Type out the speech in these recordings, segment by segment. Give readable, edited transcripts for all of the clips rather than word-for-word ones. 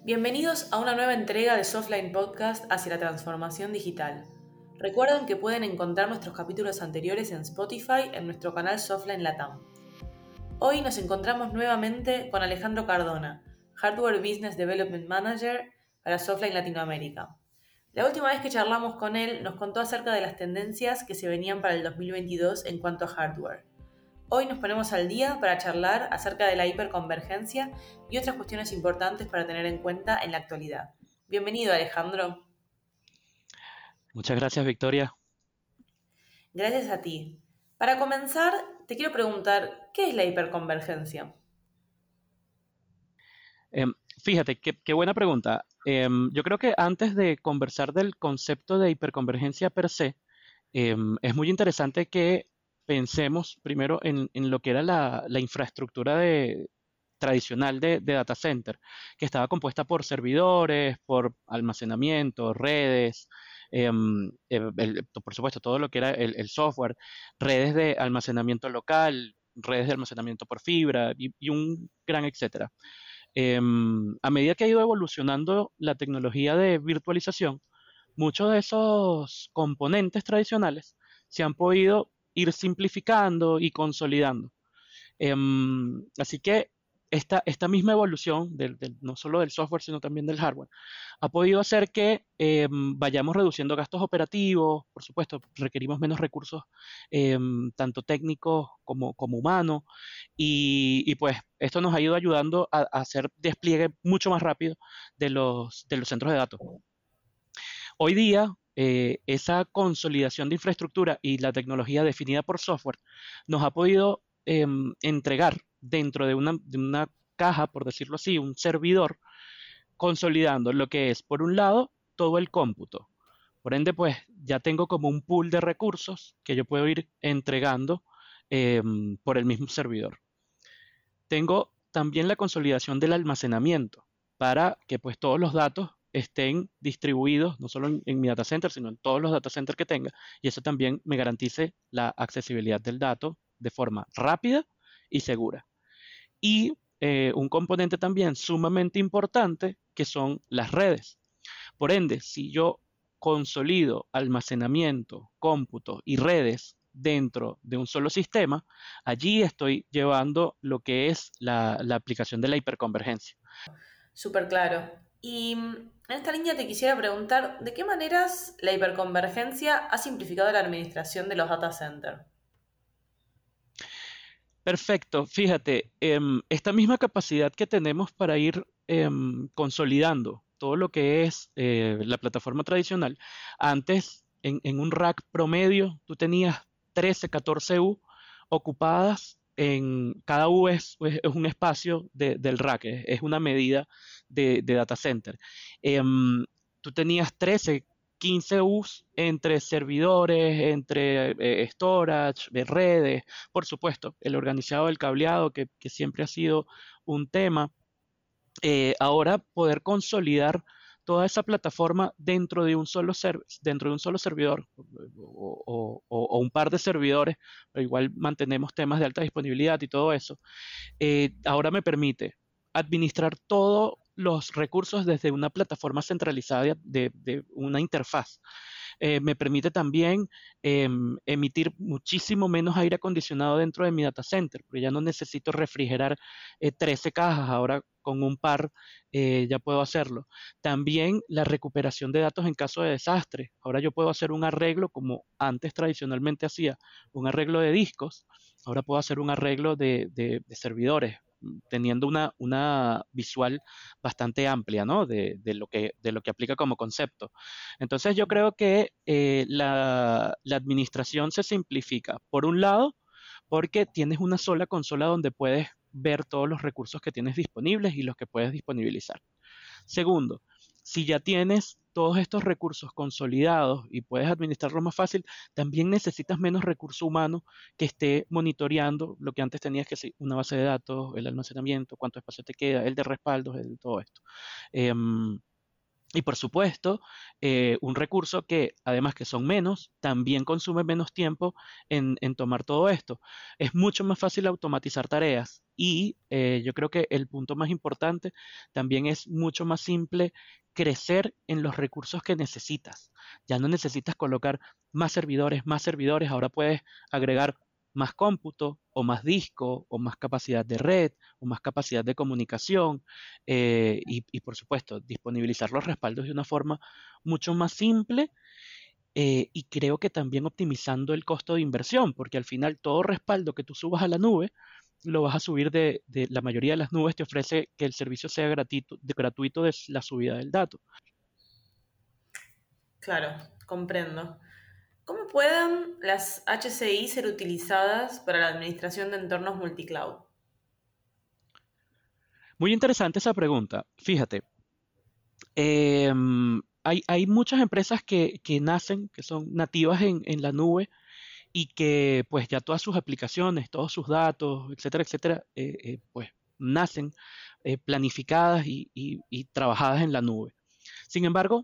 Bienvenidos a una nueva entrega de Softline Podcast hacia la transformación digital. Recuerden que pueden encontrar nuestros capítulos anteriores en Spotify en nuestro canal Softline Latam. Hoy nos encontramos nuevamente con Alejandro Cardona, Hardware Business Development Manager para Softline Latinoamérica. La última vez que charlamos con él nos contó acerca de las tendencias que se venían para el 2022 en cuanto a hardware. Hoy nos ponemos al día para charlar acerca de la hiperconvergencia y otras cuestiones importantes para tener en cuenta en la actualidad. Bienvenido, Alejandro. Muchas gracias, Victoria. Gracias a ti. Para comenzar, te quiero preguntar, ¿qué es la hiperconvergencia? Fíjate, qué buena pregunta. Yo creo que antes de conversar del concepto de hiperconvergencia per se, es muy interesante que pensemos primero en lo que era la infraestructura tradicional de data center, que estaba compuesta por servidores, por almacenamiento, redes, por supuesto, todo lo que era el software, redes de almacenamiento local, redes de almacenamiento por fibra y un gran etcétera. A medida que ha ido evolucionando la tecnología de virtualización, muchos de esos componentes tradicionales se han podido ir simplificando y consolidando. Así que esta misma evolución, no solo del software, sino también del hardware, ha podido hacer que vayamos reduciendo gastos operativos, por supuesto, requerimos menos recursos, tanto técnicos como humanos, y pues esto nos ha ido ayudando a hacer despliegue mucho más rápido de los centros de datos. Hoy día, esa consolidación de infraestructura y la tecnología definida por software nos ha podido entregar dentro de una caja, por decirlo así, un servidor, consolidando lo que es, por un lado, todo el cómputo. Por ende, pues ya tengo como un pool de recursos que yo puedo ir entregando por el mismo servidor. Tengo también la consolidación del almacenamiento para que pues todos los datos estén distribuidos, no solo en mi data center, sino en todos los data centers que tenga, y eso también me garantice la accesibilidad del dato de forma rápida y segura. Y un componente también sumamente importante que son las redes. Por ende, si yo consolido almacenamiento, cómputo y redes dentro de un solo sistema, allí estoy llevando lo que es la aplicación de la hiperconvergencia. Súper claro. Y en esta línea te quisiera preguntar, ¿de qué maneras la hiperconvergencia ha simplificado la administración de los data centers? Perfecto, fíjate, esta misma capacidad que tenemos para ir consolidando todo lo que es la plataforma tradicional, antes en un rack promedio tú tenías 13, 14 U ocupadas. Cada U es un espacio del rack, es una medida de data center. Tú tenías 13, 15 U's entre servidores, entre storage, de redes, por supuesto, el organizado del cableado, que siempre ha sido un tema. Ahora poder consolidar toda esa plataforma dentro de un solo servidor o un par de servidores, pero igual mantenemos temas de alta disponibilidad y todo eso, ahora me permite administrar todos los recursos desde una plataforma centralizada de una interfaz. Me permite también emitir muchísimo menos aire acondicionado dentro de mi data center, porque ya no necesito refrigerar 13 cajas, ahora con un par ya puedo hacerlo. También la recuperación de datos en caso de desastre. Ahora yo puedo hacer un arreglo como antes tradicionalmente hacía, un arreglo de discos, ahora puedo hacer un arreglo de servidores, teniendo una visual bastante amplia, ¿no? De lo que aplica como concepto. Entonces yo creo que la administración se simplifica, por un lado, porque tienes una sola consola donde puedes ver todos los recursos que tienes disponibles y los que puedes disponibilizar. Segundo, si ya tienes todos estos recursos consolidados y puedes administrarlos más fácil, también necesitas menos recurso humano que esté monitoreando lo que antes tenías que ser una base de datos, el almacenamiento, cuánto espacio te queda, el de respaldos, todo esto. Y por supuesto, un recurso que además que son menos, también consume menos tiempo en tomar todo esto. Es mucho más fácil automatizar tareas y yo creo que el punto más importante también es mucho más simple crecer en los recursos que necesitas. Ya no necesitas colocar más servidores, ahora puedes agregar más cómputo o más disco o más capacidad de red o más capacidad de comunicación y, por supuesto, disponibilizar los respaldos de una forma mucho más simple y creo que también optimizando el costo de inversión, porque al final todo respaldo que tú subas a la nube, lo vas a subir de la mayoría de las nubes, te ofrece que el servicio sea gratuito de la subida del dato. Claro, comprendo. ¿Cómo pueden las HCI ser utilizadas para la administración de entornos multicloud? Muy interesante esa pregunta. Fíjate, hay muchas empresas que nacen, que son nativas en la nube y que pues ya todas sus aplicaciones, todos sus datos, etcétera, etcétera, pues nacen planificadas y trabajadas en la nube. Sin embargo,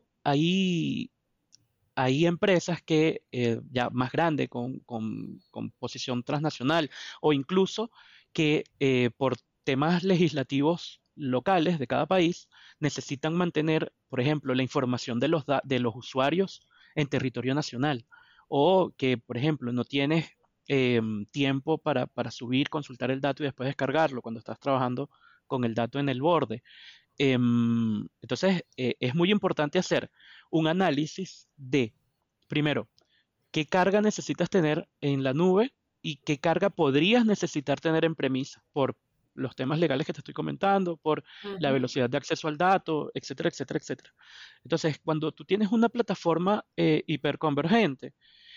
hay empresas que ya más grandes, con posición transnacional, o incluso que por temas legislativos locales de cada país necesitan mantener, por ejemplo, la información de los usuarios en territorio nacional, o que, por ejemplo, no tienes tiempo para subir, consultar el dato y después descargarlo cuando estás trabajando con el dato en el borde. Entonces, es muy importante hacer un análisis de, primero, qué carga necesitas tener en la nube y qué carga podrías necesitar tener en premisa por los temas legales que te estoy comentando, por la Ujú. velocidad de acceso al dato, etcétera, etcétera, etcétera. Entonces, cuando tú tienes una plataforma hiperconvergente,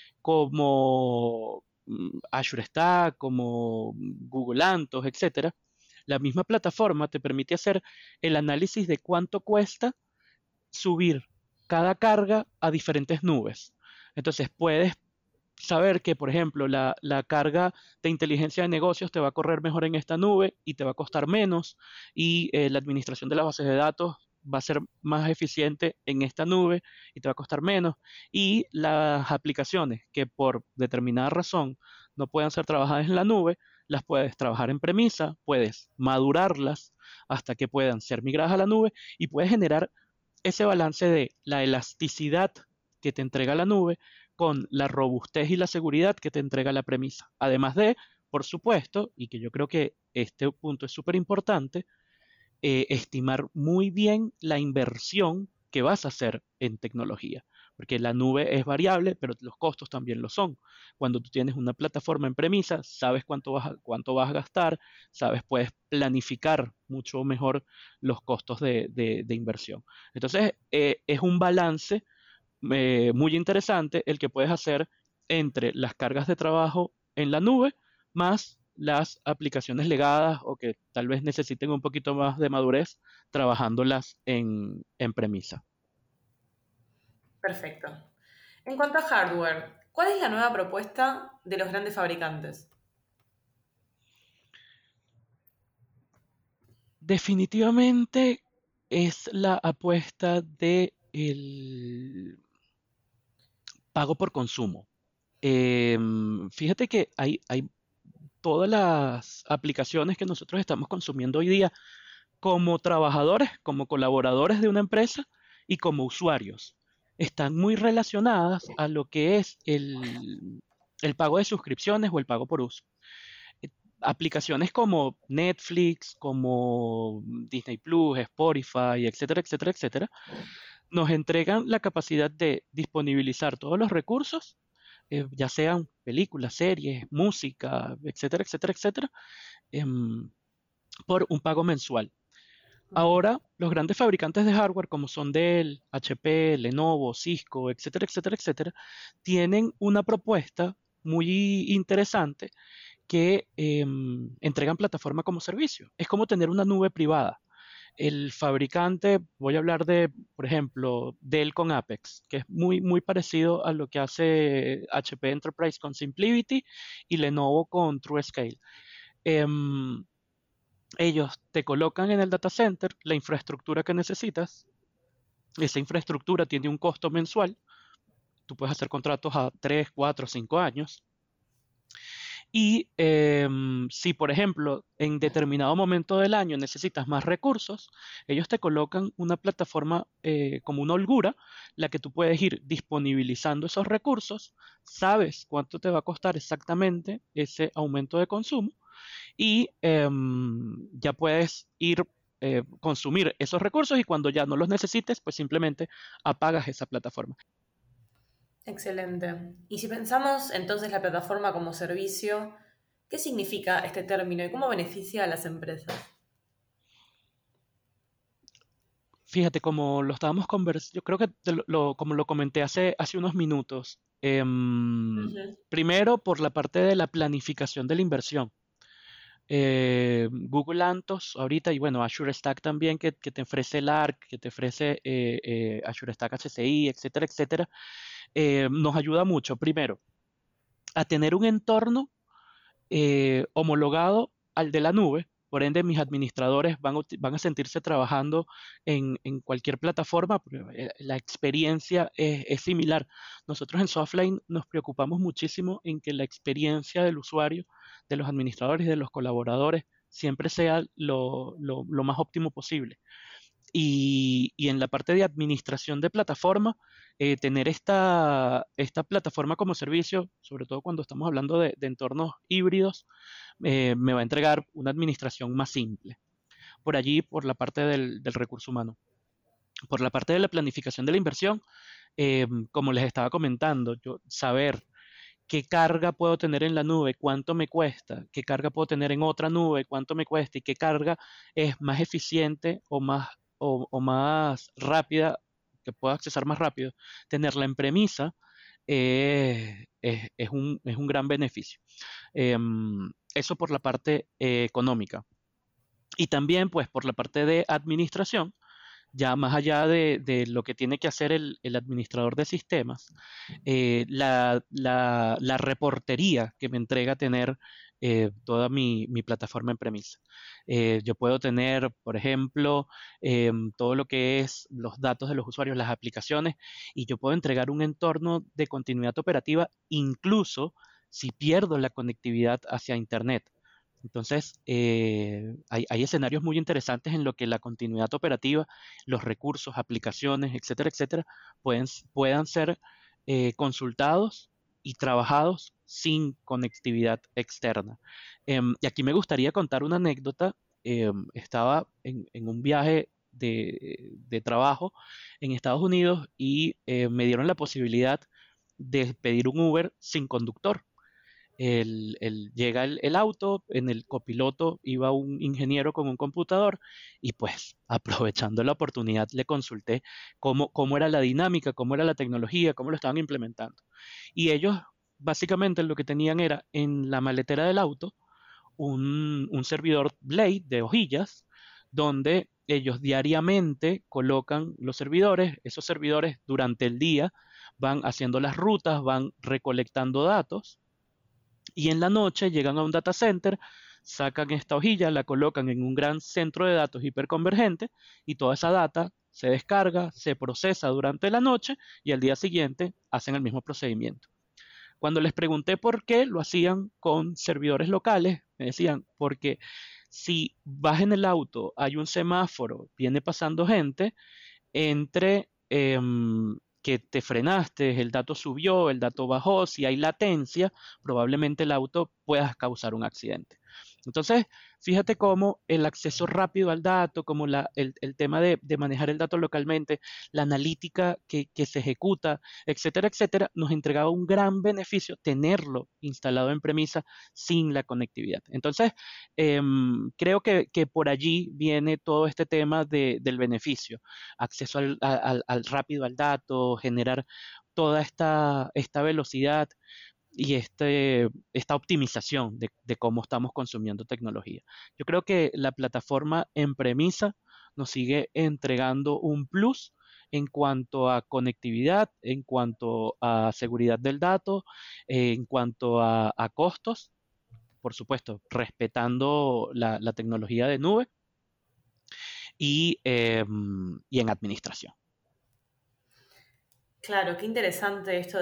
como Azure Stack, como Google Anthos, etcétera, la misma plataforma te permite hacer el análisis de cuánto cuesta subir cada carga a diferentes nubes. Entonces puedes saber que, por ejemplo, la carga de inteligencia de negocios te va a correr mejor en esta nube y te va a costar menos y la administración de las bases de datos va a ser más eficiente en esta nube y te va a costar menos. Y las aplicaciones que por determinada razón no puedan ser trabajadas en la nube, las puedes trabajar en premisa, puedes madurarlas hasta que puedan ser migradas a la nube y puedes generar ese balance de la elasticidad que te entrega la nube con la robustez y la seguridad que te entrega la premisa. Además de, por supuesto, y que yo creo que este punto es súper importante, estimar muy bien la inversión que vas a hacer en tecnología, porque la nube es variable, pero los costos también lo son. Cuando tú tienes una plataforma en premisa, sabes cuánto vas a gastar, sabes, puedes planificar mucho mejor los costos de inversión. Entonces, es un balance muy interesante el que puedes hacer entre las cargas de trabajo en la nube más las aplicaciones legadas o que tal vez necesiten un poquito más de madurez trabajándolas en premisa. Perfecto. En cuanto a hardware, ¿cuál es la nueva propuesta de los grandes fabricantes? Definitivamente es la apuesta de el pago por consumo. Fíjate que hay todas las aplicaciones que nosotros estamos consumiendo hoy día como trabajadores, como colaboradores de una empresa y como usuarios. Están muy relacionadas a lo que es el pago de suscripciones o el pago por uso. Eh, Aplicaciones como Netflix, como Disney Plus, Spotify, etcétera, etcétera, etcétera, nos entregan la capacidad de disponibilizar todos los recursos, ya sean películas, series, música, etcétera, etcétera, etcétera, em, por un pago mensual. Ujú. Ahora, los grandes fabricantes de hardware, como son Dell, HP, Lenovo, Cisco, etcétera, etcétera, etcétera, tienen una propuesta muy interesante que entregan plataforma como servicio. Es como tener una nube privada. El fabricante, voy a hablar de, por ejemplo, Dell con Apex, que es muy parecido a lo que hace HP Enterprise con SimpliVity y Lenovo con TrueScale. Em, Ellos te colocan en el data center la infraestructura que necesitas, Esa infraestructura tiene un costo mensual. Tú puedes hacer contratos a 3, 4, 5 años. Y si, por ejemplo, en determinado momento del año necesitas más recursos, ellos te colocan una plataforma como una holgura, la que tú puedes ir disponibilizando esos recursos, sabes cuánto te va a costar exactamente ese aumento de consumo y ya puedes ir consumir esos recursos y cuando ya no los necesites, pues simplemente apagas esa plataforma. Excelente. Y si pensamos entonces la plataforma como servicio, ¿qué significa este término y cómo beneficia a las empresas? Fíjate, como lo estábamos conversando, yo creo que como lo comenté hace unos minutos, Ujú. primero por la parte de la planificación de la inversión. Google Anthos ahorita y bueno, Azure Stack también que te ofrece el ARC, que te ofrece Azure Stack HCI, etcétera, etcétera, nos ayuda mucho, primero, a tener un entorno homologado al de la nube. Por ende, mis administradores van a sentirse trabajando en cualquier plataforma, porque la experiencia es similar. Nosotros en Softline nos preocupamos muchísimo en que la experiencia del usuario, de los administradores y de los colaboradores siempre sea lo más óptimo posible. Y en la parte de administración de plataforma, tener esta plataforma como servicio, sobre todo cuando estamos hablando de entornos híbridos, me va a entregar una administración más simple. Por allí, por la parte del recurso humano. Por la parte de la planificación de la inversión, como les estaba comentando, yo saber qué carga puedo tener en la nube, cuánto me cuesta, qué carga puedo tener en otra nube, cuánto me cuesta y qué carga es más eficiente o más rápida, que puedo accesar más rápido, tenerla en premisa es un gran beneficio. Eso por la parte económica. Y también, pues, por la parte de administración, ya más allá de lo que tiene que hacer el administrador de sistemas, la reportería que me entrega tener toda mi plataforma en premisa. Yo puedo tener, por ejemplo, todo lo que es los datos de los usuarios, las aplicaciones, y yo puedo entregar un entorno de continuidad operativa incluso si pierdo la conectividad hacia Internet. Entonces, hay escenarios muy interesantes en lo que la continuidad operativa, los recursos, aplicaciones, etcétera, etcétera, puedan ser consultados y trabajados sin conectividad externa. Y aquí me gustaría contar una anécdota. Estaba en un viaje de trabajo en Estados Unidos y me dieron la posibilidad de pedir un Uber sin conductor. Llega el auto, en el copiloto iba un ingeniero con un computador y pues aprovechando la oportunidad le consulté cómo era la dinámica, cómo era la tecnología, cómo lo estaban implementando. Y ellos básicamente lo que tenían era en la maletera del auto un servidor Blade de hojillas donde ellos diariamente colocan los servidores, esos servidores durante el día van haciendo las rutas, van recolectando datos y en la noche llegan a un data center, sacan esta hojilla, la colocan en un gran centro de datos hiperconvergente y toda esa data se descarga, se procesa durante la noche y al día siguiente hacen el mismo procedimiento. Cuando les pregunté por qué lo hacían con servidores locales, me decían, porque si vas en el auto, hay un semáforo, viene pasando gente, entre que te frenaste, el dato subió, el dato bajó, si hay latencia, probablemente el auto pueda causar un accidente. Entonces, fíjate cómo el acceso rápido al dato, como el tema de manejar el dato localmente, la analítica que se ejecuta, etcétera, etcétera, nos entregaba un gran beneficio tenerlo instalado en premisa sin la conectividad. Entonces, creo que por allí viene todo este tema del beneficio, acceso al rápido al dato, generar toda esta velocidad y esta optimización de cómo estamos consumiendo tecnología. Yo creo que la plataforma en premisa nos sigue entregando un plus en cuanto a conectividad, en cuanto a seguridad del dato, en cuanto a costos, por supuesto, respetando la tecnología de nube y en administración. Claro, qué interesante esto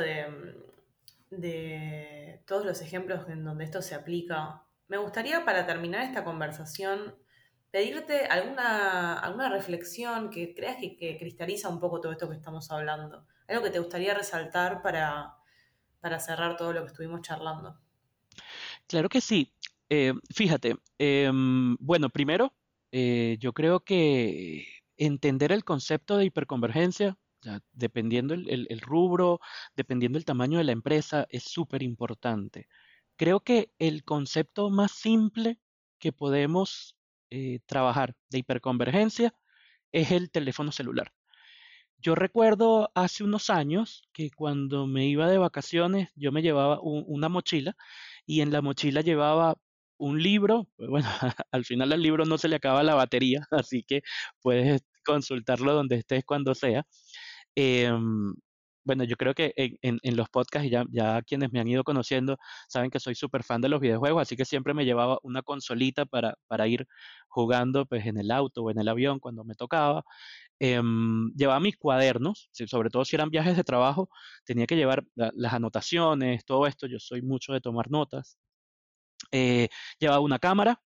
de todos los ejemplos en donde esto se aplica. Me gustaría, para terminar esta conversación, pedirte alguna reflexión que creas que cristaliza un poco todo esto que estamos hablando. Algo que te gustaría resaltar para cerrar todo lo que estuvimos charlando. Claro que sí. Fíjate, bueno, primero, yo creo que entender el concepto de hiperconvergencia, o sea, dependiendo el rubro, dependiendo el tamaño de la empresa, es súper importante. Creo que el concepto más simple que podemos trabajar de hiperconvergencia es el teléfono celular. Yo recuerdo hace unos años que cuando me iba de vacaciones, yo me llevaba una mochila y en la mochila llevaba un libro. Pues bueno, al final al libro no se le acaba la batería, así que puedes consultarlo donde estés cuando sea. Em, bueno, yo creo que en los podcasts, y ya quienes me han ido conociendo saben que soy súper fan de los videojuegos, así que siempre me llevaba una consolita para ir jugando pues, en el auto o en el avión cuando me tocaba. Llevaba mis cuadernos, sobre todo si eran viajes de trabajo, tenía que llevar las anotaciones, todo esto, yo soy mucho de tomar notas. Eh, Llevaba una cámara,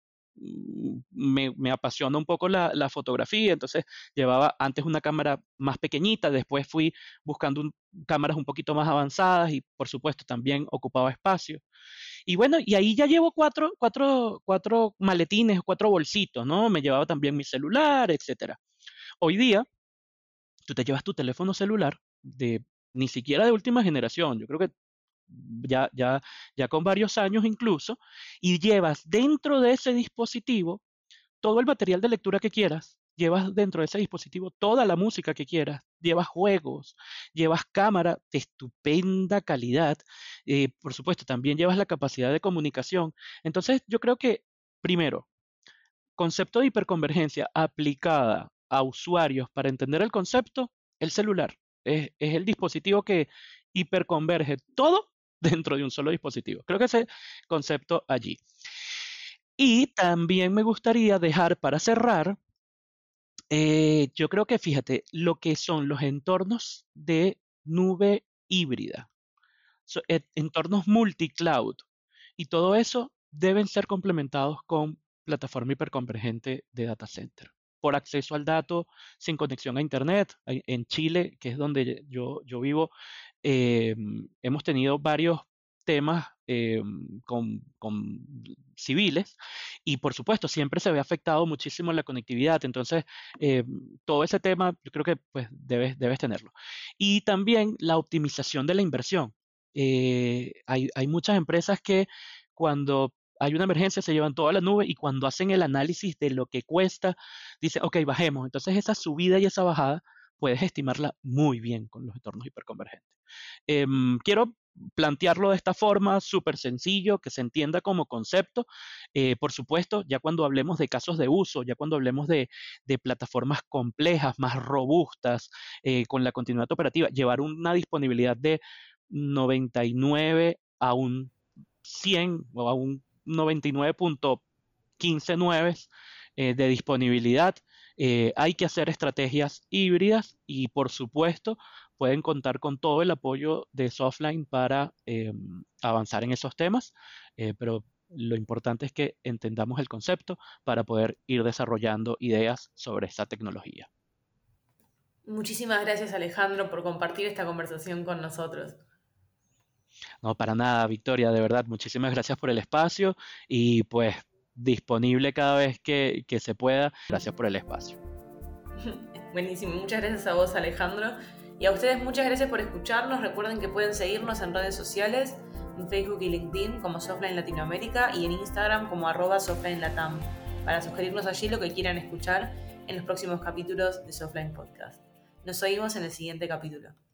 me apasiona un poco la fotografía, entonces llevaba antes una cámara más pequeñita, después fui buscando cámaras un poquito más avanzadas y por supuesto también ocupaba espacio. Y bueno, y ahí ya llevo cuatro maletines, cuatro bolsitos, ¿no? Me llevaba también mi celular, etcétera. Hoy día, tú te llevas tu teléfono celular de ni siquiera de última generación, yo creo que ya, ya, ya con varios años incluso, y llevas dentro de ese dispositivo todo el material de lectura que quieras, llevas dentro de ese dispositivo toda la música que quieras, llevas juegos, llevas cámara de estupenda calidad, por supuesto, también llevas la capacidad de comunicación. Entonces, yo creo que, primero, concepto de hiperconvergencia aplicada a usuarios para entender el concepto, el celular. Es el dispositivo que hiperconverge todo dentro de un solo dispositivo. Creo que ese concepto allí. Y también me gustaría dejar para cerrar, yo creo que fíjate, lo que son los entornos de nube híbrida, entornos multicloud, y todo eso deben ser complementados con plataforma hiperconvergente de data center. Por acceso al dato sin conexión a Internet. En Chile, que es donde yo vivo, hemos tenido varios temas con civiles y por supuesto siempre se ve afectado muchísimo la conectividad. Entonces, eh, todo ese tema yo creo que pues debes tenerlo. Y también la optimización de la inversión. Hay muchas empresas que cuando hay una emergencia se llevan toda la nube y cuando hacen el análisis de lo que cuesta, dicen, ok, bajemos. Entonces esa subida y esa bajada puedes estimarla muy bien con los entornos hiperconvergentes. Quiero plantearlo de esta forma, súper sencillo, que se entienda como concepto. Por supuesto, ya cuando hablemos de casos de uso, ya cuando hablemos de plataformas complejas, más robustas, con la continuidad operativa, llevar una disponibilidad de 99 a un 100 o a un 99.159 de disponibilidad. Hay que hacer estrategias híbridas y por supuesto pueden contar con todo el apoyo de Softline para avanzar en esos temas, pero lo importante es que entendamos el concepto para poder ir desarrollando ideas sobre esta tecnología. Muchísimas gracias, Alejandro, por compartir esta conversación con nosotros. No, para nada, Victoria, de verdad, muchísimas gracias por el espacio y pues disponible cada vez que se pueda. Gracias por el espacio. Buenísimo, muchas gracias a vos, Alejandro. Y a ustedes muchas gracias por escucharnos. Recuerden que pueden seguirnos en redes sociales, en Facebook y LinkedIn como Softline Latinoamérica y en Instagram como @SoftlineLatam, para sugerirnos allí lo que quieran escuchar en los próximos capítulos de Softline Podcast. Nos oímos en el siguiente capítulo.